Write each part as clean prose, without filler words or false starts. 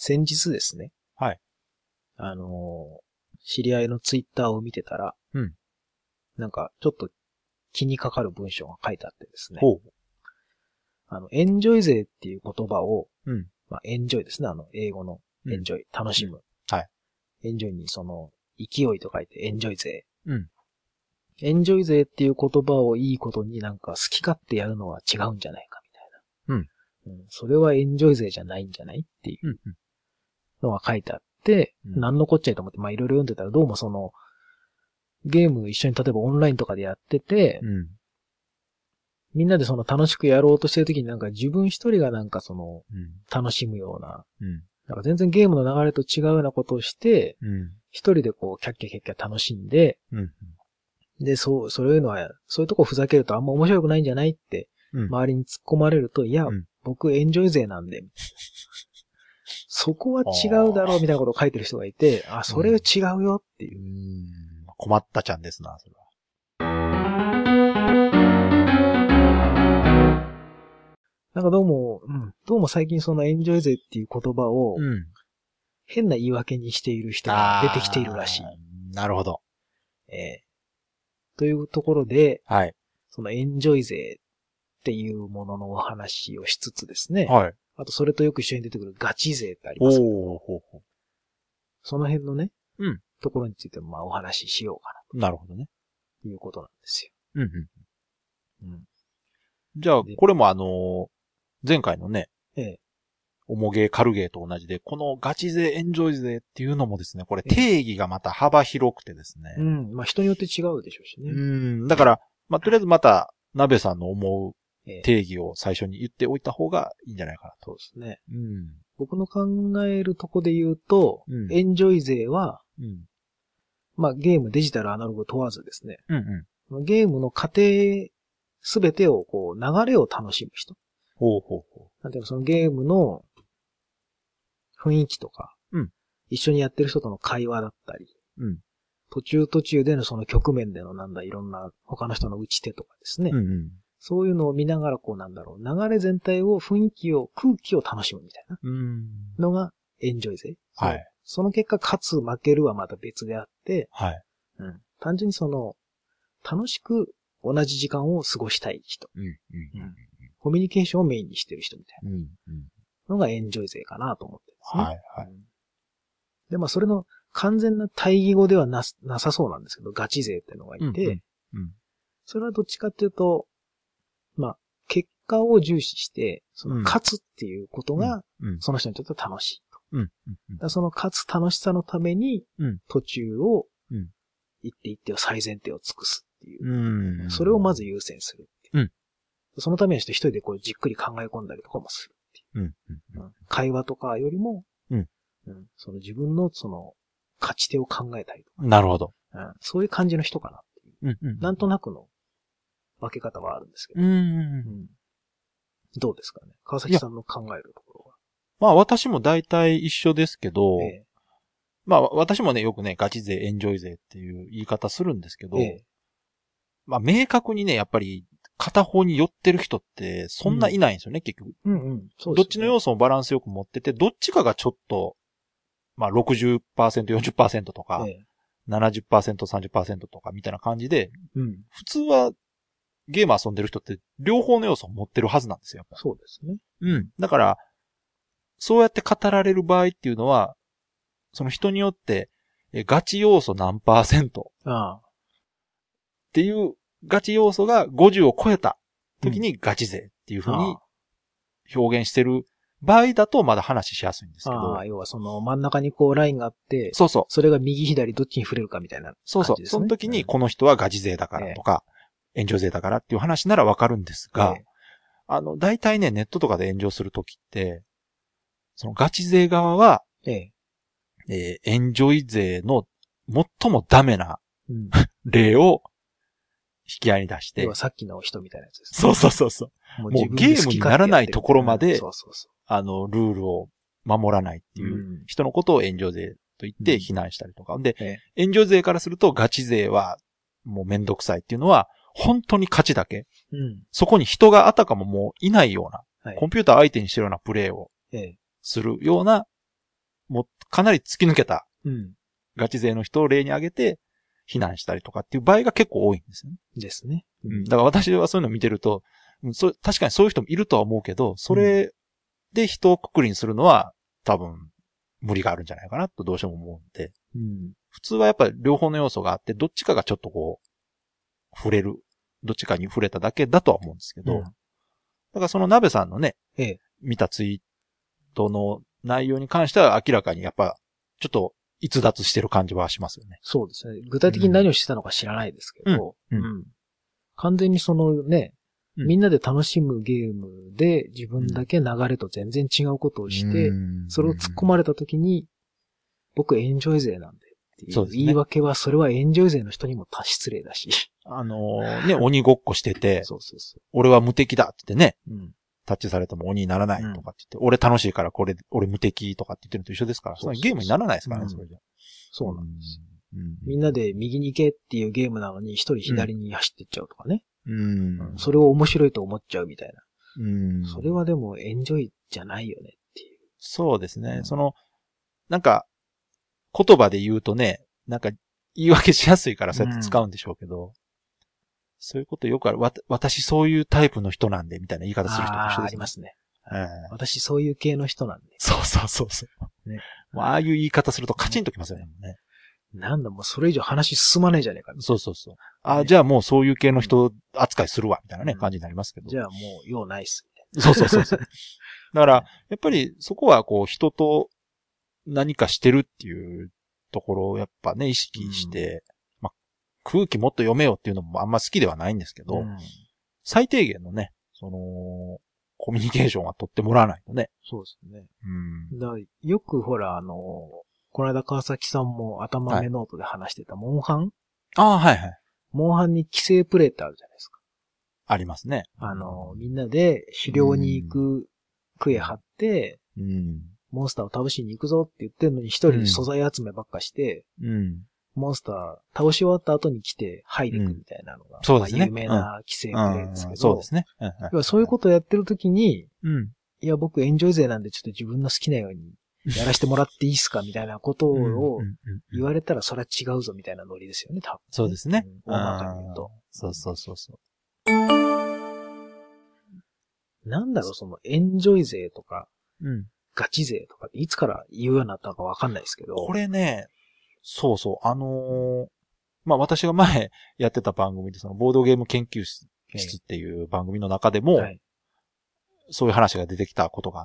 先日ですね。 はい。 知り合いのツイッターを見てたら、 うん。 なんか、ちょっと気にかかる文章が書いてあってですね。 ほう。 エンジョイ勢っていう言葉を、 うん。 まあ、エンジョイですね。英語のエンジョイ、楽しむ。 はい。 エンジョイに勢いと書いてエンジョイ勢。 うん。 エンジョイ勢っていう言葉をいいことになんか好き勝手やるのは違うんじゃないかみたいな。それはエンジョイ勢じゃないんじゃないっていうのが書いてあって、何のこっちゃいと思って、まあいろいろ読んでたらどうもゲーム一緒に例えばオンラインとかでやってて、みんなで楽しくやろうとしてるときになんか自分一人がなんか楽しむような、なんか全然ゲームの流れと違うようなことをして、一人でこうキャッキャキャッキャ楽しんで、で、そういうのは、そういうとこふざけるとあんま面白くないんじゃないって、周りに突っ込まれると、いや、僕エンジョイ勢なんで、そこは違うだろうみたいなことを書いてる人がいて、あ、それ違うよっていう。 困ったちゃんですな、それは。 なんかどうも最近エンジョイ勢っていう言葉を、変な言い訳にしている人が出てきているらしい。 なるほど。 というところで、 はい。 エンジョイ勢っていうもののお話をしつつですね。 はい。 あとそれとよく一緒に出てくるガチ勢ってありますけど、その辺のね、ところについてもまあお話ししようかな。 なるほどね。 いうことなんですよ。じゃあ、これも前回のね、重ゲー軽ゲーと同じで、このガチ勢、エンジョイ勢っていうのもですね、これ定義がまた幅広くてですね。 まあ人によって違うでしょうしね。 だから、まあとりあえずまた、鍋さんの思う定義を最初に言っておいた方がいいんじゃないかなと。 そうですね。僕の考えるとこで言うと、エンジョイ勢は、まあゲーム、デジタル、アナログ問わずですね。ゲームの過程すべてをこう流れを楽しむ人。なんていうかゲームの雰囲気とか、一緒にやってる人との会話だったり、途中での局面でのいろんな他の人の打ち手とかですね。そういうのを見ながら流れ全体を空気を楽しむみたいなのがエンジョイ勢。 はい。 その結果勝つ負けるはまた別であって、 はい。 単純に楽しく同じ時間を過ごしたい人。コミュニケーションをメインにしてる人みたいなのがエンジョイ勢かなと思ってですね。で、まあそれの完全な対義語ではなさそうなんですけど、ガチ勢っていうのがいて、それはどっちかっていうと、まあ結果を重視して、勝つっていうことが、その人にとって楽しいと。その勝つ楽しさのために、途中を、一手一手を最善手を尽くすっていう。それをまず優先するっていう。そのために一人でこうじっくり考え込んだりとかもするっていう。会話とかよりも、自分の勝ち手を考えたりとか。 なるほど。 そういう感じの人かなっていう。なんとなくの分け方はあるんですけど。どうですかね。川崎さんの考えるところは。 まあ私も大体一緒ですけど、まあ私もね、よくね、ガチ勢、エンジョイ勢っていう言い方するんですけど、まあ明確にね、やっぱり片方に寄ってる人ってそんないないんですよね、結局。どっちの要素もバランスよく持ってて、どっちかがちょっと、まあ 60%、40% とか、70%、30% とかみたいな感じで、普通はゲーム遊んでる人って両方の要素を持ってるはずなんですよ。 そうですね。 だから、そうやって語られる場合っていうのは、その人によって、ガチ要素何%っていうガチ要素が50を超えた時にガチ勢っていう風に表現してる場合だとまだ話しやすいんですけど。 要は真ん中にこうラインがあって、 そうそう。 それが右左どっちに触れるかみたいな感じですね。 そうそう。その時にこの人はガチ勢だからとか、炎上勢だからっていう話ならわかるんですが、大体ね、ネットとかで炎上する時って、そのガチ勢側は、エンジョイ勢の最もダメな例を引き合いに出して。 要はさっきの人みたいなやつですね。そうもうゲームにならないところまで、ルールを守らないっていう人のことをエンジョイ勢と言って非難したりとか。で、エンジョイ勢からするとガチ勢はもうめんどくさいっていうのは、本当に勝ちだけ。そこに人があたかももういないような、コンピューター相手にしてるようなプレイをするようなもうかなり突き抜けた、 うん。 ガチ勢の人を例に挙げて、非難したりとかっていう場合が結構多いんですよね。 ですね。 うん。だから私はそういうのを見てると、確かにそういう人もいるとは思うけど、それで人をくくりにするのは多分無理があるんじゃないかなとどうしても思うんで。 うん。 普通はやっぱり両方の要素があって、どっちかがちょっとこう、触れる。どっちかに触れただけだとは思うんですけど、だからその鍋さんのね、見たツイートの内容に関しては明らかにやっぱ、ちょっと逸脱してる感じはしますよね。 そうですね。具体的に何をしてたのか知らないですけど、完全にそのね、みんなで楽しむゲームで自分だけ流れと全然違うことをして、それを突っ込まれた時に、僕エンジョイ勢なんでっていう言い訳は、それはエンジョイ勢の人にも失礼だし。 鬼ごっこしてて、俺は無敵だって言ってね、タッチされても鬼にならないとかって言って、俺楽しいから俺無敵とかって言ってるのと一緒ですから、それゲームにならないですからね、それじゃ。 そうなんですよ。みんなで右に行けっていうゲームなのに一人左に走っていっちゃうとかね。それを面白いと思っちゃうみたいな。それはでもエンジョイじゃないよねっていう。 そうですね。なんか、言葉で言うとね、なんか言い訳しやすいからそうやって使うんでしょうけど、そういうことよくある。私そういうタイプの人なんでみたいな言い方する人と一緒ですね。 ありますね。私そういう系の人なんで。 そうそうそうそう。ね。ああいう言い方するとカチンときますよね。 なんだ、もうそれ以上話進まねえじゃねえか。 そうそうそう。じゃあもうそういう系の人扱いするわ、みたいなね、感じになりますけど。 じゃあもう用ないっす。 そうそうそうそう。だから、やっぱりそこはこう人と何かしてるっていうところをやっぱね、意識して、空気もっと読めよっていうのもあんま好きではないんですけど、最低限のね、コミュニケーションは取ってもらわないとね。 そうですね。だからよくほら、この間川崎さんも頭目ノートで話してたモンハン？ はいはい。 モンハンに規制プレイってあるじゃないですか。 ありますね。 みんなで狩猟に行く区へ張って、モンスターを倒しに行くぞって言ってるのに一人素材集めばっかして、モンスター倒し終わった後に来てハイでいくみたいなのが、 そうですね。 有名な規制プレイですけど、 そうですね。 そういうことをやってるときに、いや僕エンジョイ勢なんでちょっと自分の好きなようにやらせてもらっていいっすかみたいなことを言われたらそれは違うぞみたいなノリですよね、多分。 そうですね。 大まかに言うと。 そうそうそうそう。 なんだろう、そのエンジョイ勢とか、ガチ勢とかっていつから言うようになったのかわかんないですけど。 これね、そうそう、私が前やってた番組で、ボードゲーム研究室っていう番組の中でも、そういう話が出てきたことがあって、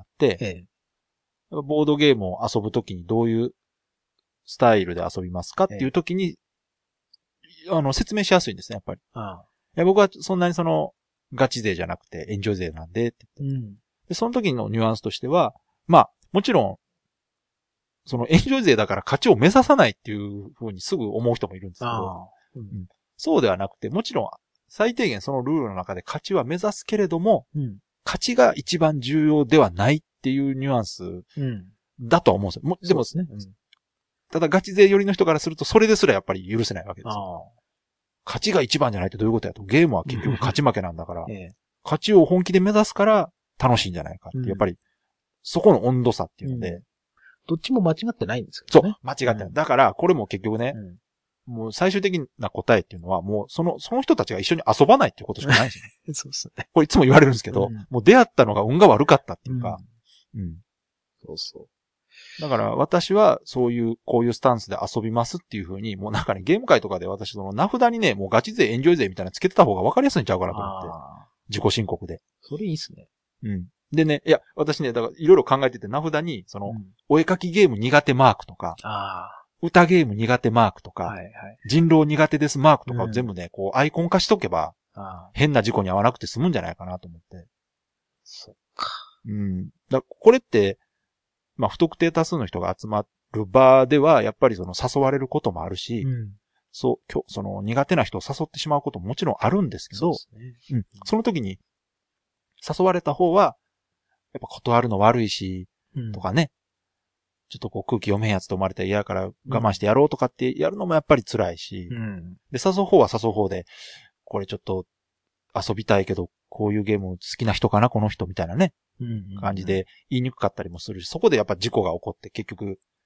ボードゲームを遊ぶときにどういうスタイルで遊びますかっていうときに、説明しやすいんですね、やっぱり。いや僕はそんなにガチ勢じゃなくてエンジョイ勢なんでって言って、で、その時のニュアンスとしては、もちろん、エンジョイ勢だから勝ちを目指さないっていう風にすぐ思う人もいるんですけど、そうではなくて、もちろん最低限そのルールの中で勝ちは目指すけれども、勝ちが一番重要ではないっていうニュアンスだとは思うんですよ。でもですね、ただガチ勢寄りの人からするとそれですらやっぱり許せないわけですよ。勝ちが一番じゃないってどういうことやと。ゲームは結局勝ち負けなんだから、勝ちを本気で目指すから楽しいんじゃないかって、やっぱりそこの温度差っていうので、 どっちも間違ってないんですけどね。 そう、間違ってない。だから、これも結局ね、もう最終的な答えっていうのは、もうその人たちが一緒に遊ばないっていうことしかないんですよね。 そうですね。 これいつも言われるんですけど、もう出会ったのが運が悪かったっていうか、 そうそう。 だから私はこういうスタンスで遊びますっていう風に、もうなんかね、ゲーム界とかで私名札にね、もうガチ勢、エンジョイ勢みたいなのつけてた方が分かりやすいんちゃうかなと思って。自己申告で。 それいいっすね。 でね、いや、私ね、だからいろいろ考えてて名札に、お絵描きゲーム苦手マークとか、歌ゲーム苦手マークとか、人狼苦手ですマークとかを全部ね、こうアイコン化しとけば、変な事故に遭わなくて済むんじゃないかなと思って。 そっか。 これって、不特定多数の人が集まる場では、やっぱり誘われることもあるし、そ苦手な人を誘ってしまうことももちろんあるんですけど、その時に誘われた方は、やっぱ断るの悪いし、とかね、ちょっとこう空気読めんやつと思われたら嫌やから我慢してやろうとかってやるのもやっぱり辛いし、で、誘う方は誘う方で、これちょっと遊びたいけど、こういうゲーム好きな人かな、この人みたいなね、感じで言いにくかったりもするし、そこでやっぱ事故が起こって結局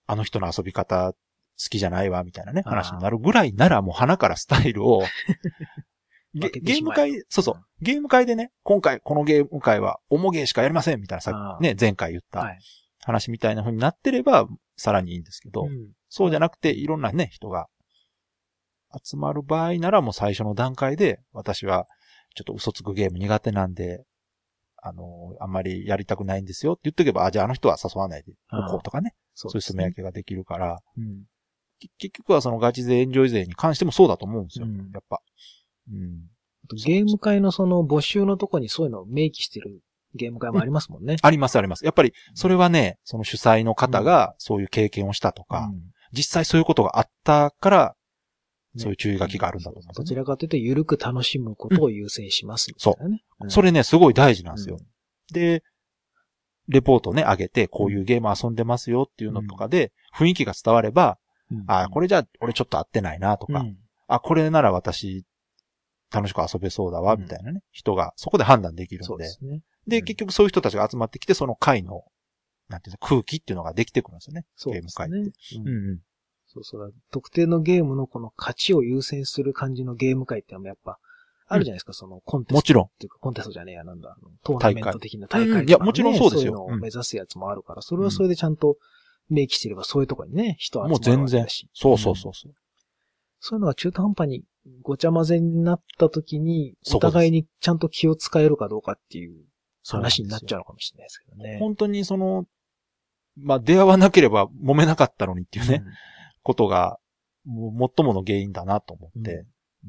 あの人の遊び方好きじゃないわ、みたいなね、話になるぐらいならもう鼻からスタイルを、ゲーム会、そうそう、ゲーム会でね、今回このゲーム会は重ゲーしかやりませんみたいなさ、ね、前回言った話みたいな風になってればさらにいいんですけど、そうじゃなくていろんなね、人が集まる場合ならもう最初の段階で私はちょっと嘘つくゲーム苦手なんで、あんまりやりたくないんですよって言っとけば、じゃああの人は誘わないでおこうとかね、そういう詰め分けができるから、結局はそのガチ勢エンジョイ勢に関してもそうだと思うんですよ、やっぱ。 ゲーム会のその募集のとこにそういうのを明記してるゲーム会もありますもんね。 ありますあります。やっぱりそれはね、その主催の方がそういう経験をしたとか、実際そういうことがあったから、そういう注意書きがあるんだと思う、 どちらかというと、ゆるく楽しむことを優先しますみたいなね。 そう。それね、すごい大事なんですよ。で、レポートね、上げて、こういうゲーム遊んでますよっていうのとかで、雰囲気が伝われば、これじゃ俺ちょっと合ってないなとか、これなら私、楽しく遊べそうだわ、みたいなね、人がそこで判断できるんで。で、結局そういう人たちが集まってきて、その会の、なんていうの、空気っていうのができてくるんですよね。ゲーム会って。 そう特定のゲームのこの勝ちを優先する感じのゲーム会ってのもやっぱ、あるじゃないですか、そのコンテスト。 もちろん。 っていうか、コンテストじゃねえや、トーナメント的な大会とか、ね。 いや、もちろんそうですよ。 そういうのを目指すやつもあるから、それはそれでちゃんと明記してれば、そういうところにね、人は集まるわけだし。 もう全然。そう。 そういうのが中途半端にごちゃ混ぜになった時に、お互いにちゃんと気を使えるかどうかっていう話になっちゃうのかもしれないですけどね。 本当に出会わなければ揉めなかったのにっていうね、ことが、もう最もの原因だなと思って。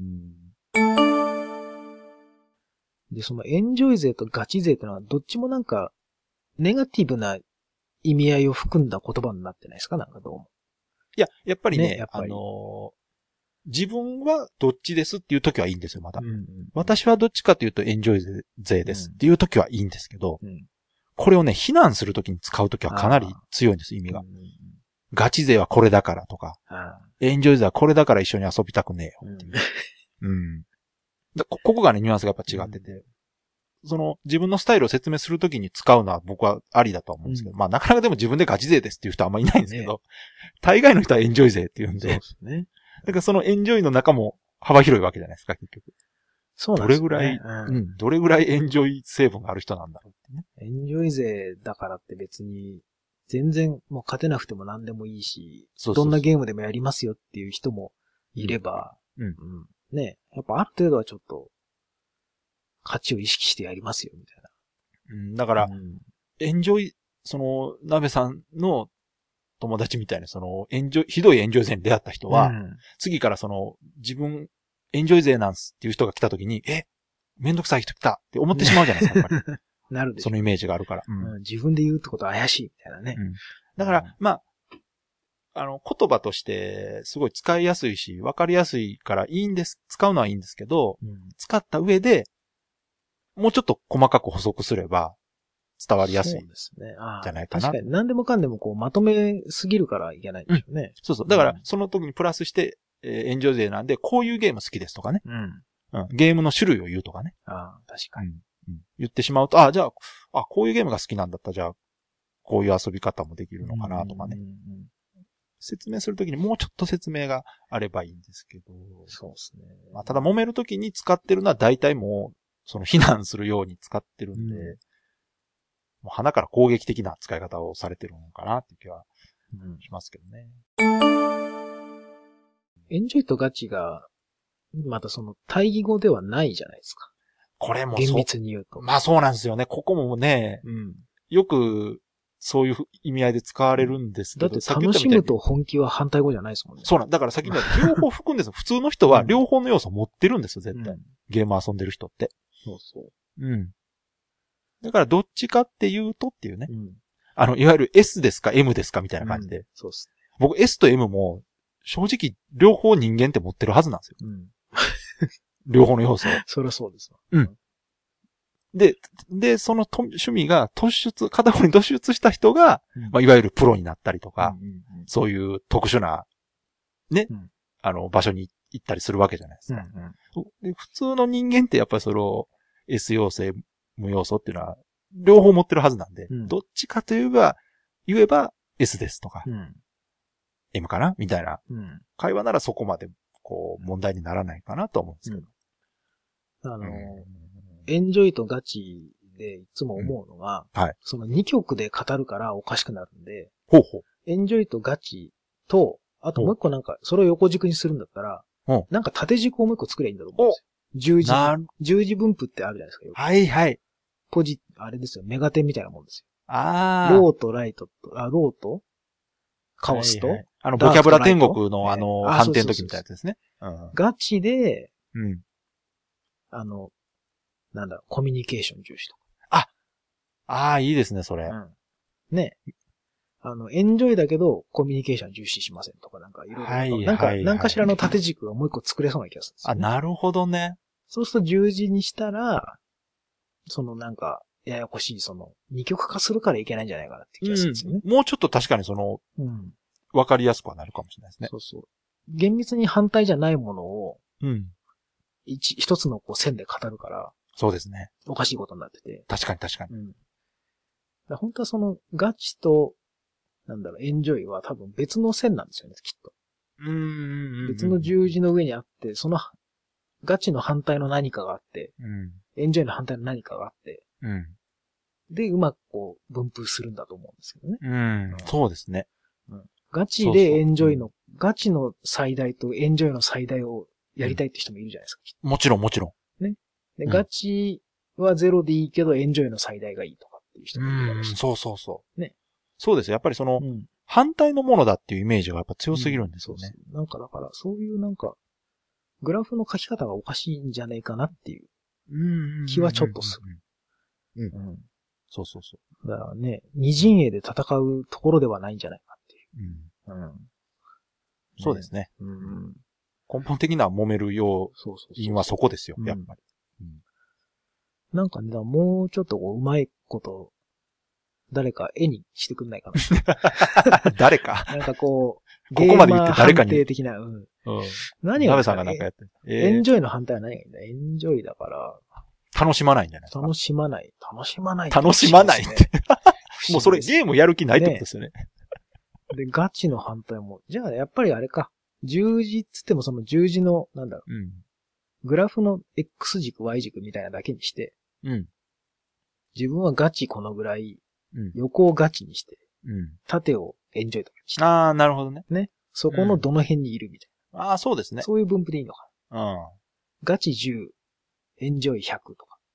で、そのエンジョイ勢とガチ勢ってのは、どっちもなんか、ネガティブな意味合いを含んだ言葉になってないですか、なんかどうも。 いや、やっぱりね、自分はどっちですっていう時はいいんですよ、まだ。私はどっちかというとエンジョイ勢ですっていう時はいいんですけど、これをね、非難する時に使う時はかなり強いんです、意味が。ガチ勢はこれだからとか、エンジョイ勢はこれだから一緒に遊びたくねえよっていう。ここがね、ニュアンスがやっぱ違ってて、自分のスタイルを説明するときに使うのは僕はありだと思うんですけど、なかなかでも自分でガチ勢ですっていう人はあんまりいないんですけど、大概の人はエンジョイ勢って言うんで、そうですね。だからそのエンジョイの中も幅広いわけじゃないですか、結局。そうなんですね。どれぐらいエンジョイ成分がある人なんだろうってね。 エンジョイ勢だからって別に、全然もう勝てなくても何でもいいし、どんなゲームでもやりますよっていう人もいれば、ね、やっぱある程度はちょっと、勝ちを意識してやりますよ、みたいな。だから、エンジョイ、鍋さんの友達みたいな、ひどいエンジョイ勢に出会った人は、次から自分、エンジョイ勢なんすっていう人が来た時に、めんどくさい人来たって思ってしまうじゃないですか、やっぱり。 なるでしょ。 そのイメージがあるから。 自分で言うってことは怪しいみたいなね。 だから、言葉としてすごい使いやすいし、わかりやすいからいいんです、使うのはいいんですけど、使った上で、もうちょっと細かく補足すれば伝わりやすい。そうですね。じゃないかな。 確かに何でもかんでもまとめすぎるからいけないんでしょうね。 そう。だから、その時にプラスして、エンジョイ勢なんで、こういうゲーム好きですとかね。ゲームの種類を言うとかね。 確かに。 言ってしまうと、じゃあ、こういうゲームが好きなんだったら、じゃあ、こういう遊び方もできるのかなとかね。説明するときにもうちょっと説明があればいいんですけど。 そうですね。 ただ揉めるときに使ってるのは大体もう、非難するように使ってるんで、もう鼻から攻撃的な使い方をされてるのかなっていう気はしますけどね。 エンジョイとガチが、また対義語ではないじゃないですか。 これも厳密に言うと。 そうなんですよね。ここもね、よくそういう意味合いで使われるんですけど。 だって楽しむと本気は反対語じゃないですもんね。 そうなんだからさっき言った両方含んでるんですよ。普通の人は両方の要素を持ってるんですよ、絶対。ゲーム遊んでる人って。 そう。 だからどっちかっていうとっていうね。いわゆる S ですか M ですかみたいな感じで。 そうですね。 僕 S と M も正直両方人間って持ってるはずなんですよ。両方の要素を。 そりゃそうですわ。 で、その趣味が片方に突出した人が、いわゆるプロになったりとか、そういう特殊な、ね、場所に行ったりするわけじゃないですか。で普通の人間ってやっぱりS 要素、M 要素っていうのは、両方持ってるはずなんで、どっちかと言えば S ですとか、 M かなみたいな。会話ならそこまで、こう、問題にならないかなと思うんですけど。 エンジョイとガチでいつも思うのが、はい。その2曲で語るからおかしくなるんで、 ほうほう。 エンジョイとガチと、あともう一個なんか、それを横軸にするんだったら、なんか縦軸をもう一個作ればいいんだと思うんですよ。十字分布ってあるじゃないですか。 はいはい。 あれですよ、メガテンみたいなもんですよ。 ああ。 ローとライトと、ローとカオスと、はいはい、ボキャブラ天国の反転の時みたいなやつですね。 ガチで、なんだろう、コミュニケーション重視とか。いいですね、それ。 ね。エンジョイだけど、コミュニケーション重視しませんとか、なんかいろいろ。なんかしらの縦軸がもう一個作れそうな気がするんですよ、 ね。なるほどね。 そうすると十字にしたら、なんか、ややこしい、二極化するからいけないんじゃないかなって気がするんですよね。 もうちょっと確かにわかりやすくはなるかもしれないですね。 そうそう。厳密に反対じゃないものを、一つの線で語るから、 そうですね。 おかしいことになってて。 確かに確かに。 本当はガチと、エンジョイは多分別の線なんですよね、きっと。別の十字の上にあって、ガチの反対の何かがあって、エンジョイの反対の何かがあって、で、うまく分布するんだと思うんですけどね。 そうですね。 ガチでエンジョイの、ガチの最大とエンジョイの最大をやりたいって人もいるじゃないですか。 もちろんもちろん。ね。で、ガチはゼロでいいけど、エンジョイの最大がいいとかっていう人もいるだろうし。 そうそうそう。 ね。 そうですよ。やっぱり反対のものだっていうイメージがやっぱ強すぎるんですよね。 だから、そういうグラフの書き方がおかしいんじゃねえかなっていう気はちょっとする。 そうそうそう。 だからね、二陣営で戦うところではないんじゃないかっていう。 そうですね。根本的な揉める要因はそこですよ、やっぱり。 なんかね、もうちょっとうまいこと、誰か絵にしてくんないかな。誰かなんかここまで言って誰かに。 ゲーマー判定的な、何が鍋さんがなんかやってエンジョイの反対は何がいいんだエンジョイだから。 楽しまないんじゃないですか。 楽しまない。 楽しまないって。もうそれゲームやる気ないってことですよね。 で、ガチの反対も。じゃあ、やっぱりあれか。十字っつってもその十字の、グラフの X 軸、Y 軸みたいなだけにして、自分はガチこのぐらい、横をガチにして、縦をエンジョイとかにして。 なるほどね。 ね。そこのどの辺にいるみたいな。そうですね。 そういう分布でいいのかな。ガチ10、エンジョイ100とか。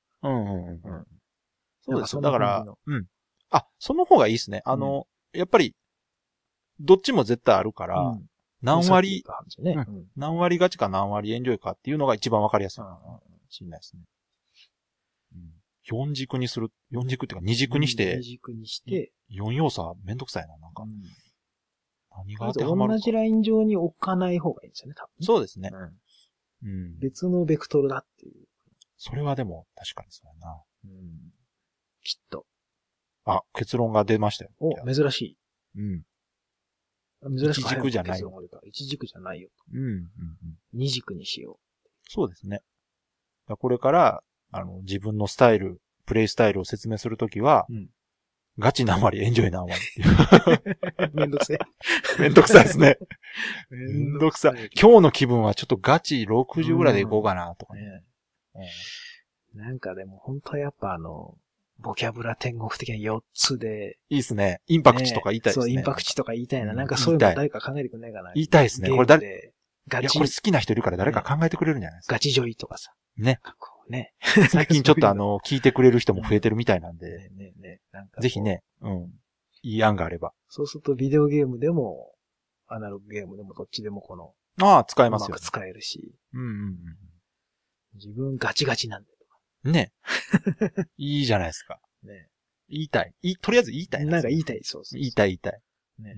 そうですよ。だから、その方がいいですね。やっぱり、どっちも絶対あるから、何割ガチか何割エンジョイかっていうのが一番わかりやすいかもしれないですね。4軸にする、4軸っていうか2軸にして、4要素はめんどくさいな、なんか。何が当てはまるか。 同じライン上に置かない方がいいんですよね、多分。 そうですね。 別のベクトルだっていう。 それはでも、確かにそうやな。 きっと。 結論が出ましたよ。 珍しい。珍しい。 一軸じゃないよ。 一軸じゃないよ。二軸にしよう。 そうですね。これから、自分のスタイル、プレイスタイルを説明するときは、ガチ何割、エンジョイ何割っていう。 めんどくせえ。 めんどくさいですね。めんどくさい。今日の気分はちょっとガチ60ぐらいでいこうかな、とかね。 なんかでも本当はやっぱボキャブラ天国的な4つで。 いいですね。インパクチとか言いたいですね。 そう、インパクチとか言いたいな。なんかそういうの誰か考えてくんないかな。 言いたいですね。これガチ。 これ好きな人いるから誰か考えてくれるんじゃないですか。 ガチジョイとかさ。 ね。最近ちょっと聞いてくれる人も増えてるみたいなんで。ぜひね、いい案があれば。 そうするとビデオゲームでも、アナログゲームでもどっちでも使えますよ。 うまく使えるし。 うん。 自分ガチガチなんだとか。 ね。いいじゃないですか。 ね。 言いたい。とりあえず言いたい。 なんか言いたい、そう。 言いたい。 ね。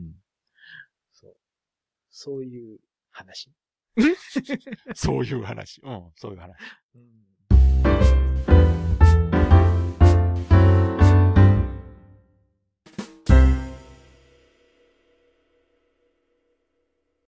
そういう話。 そういう話。そういう話。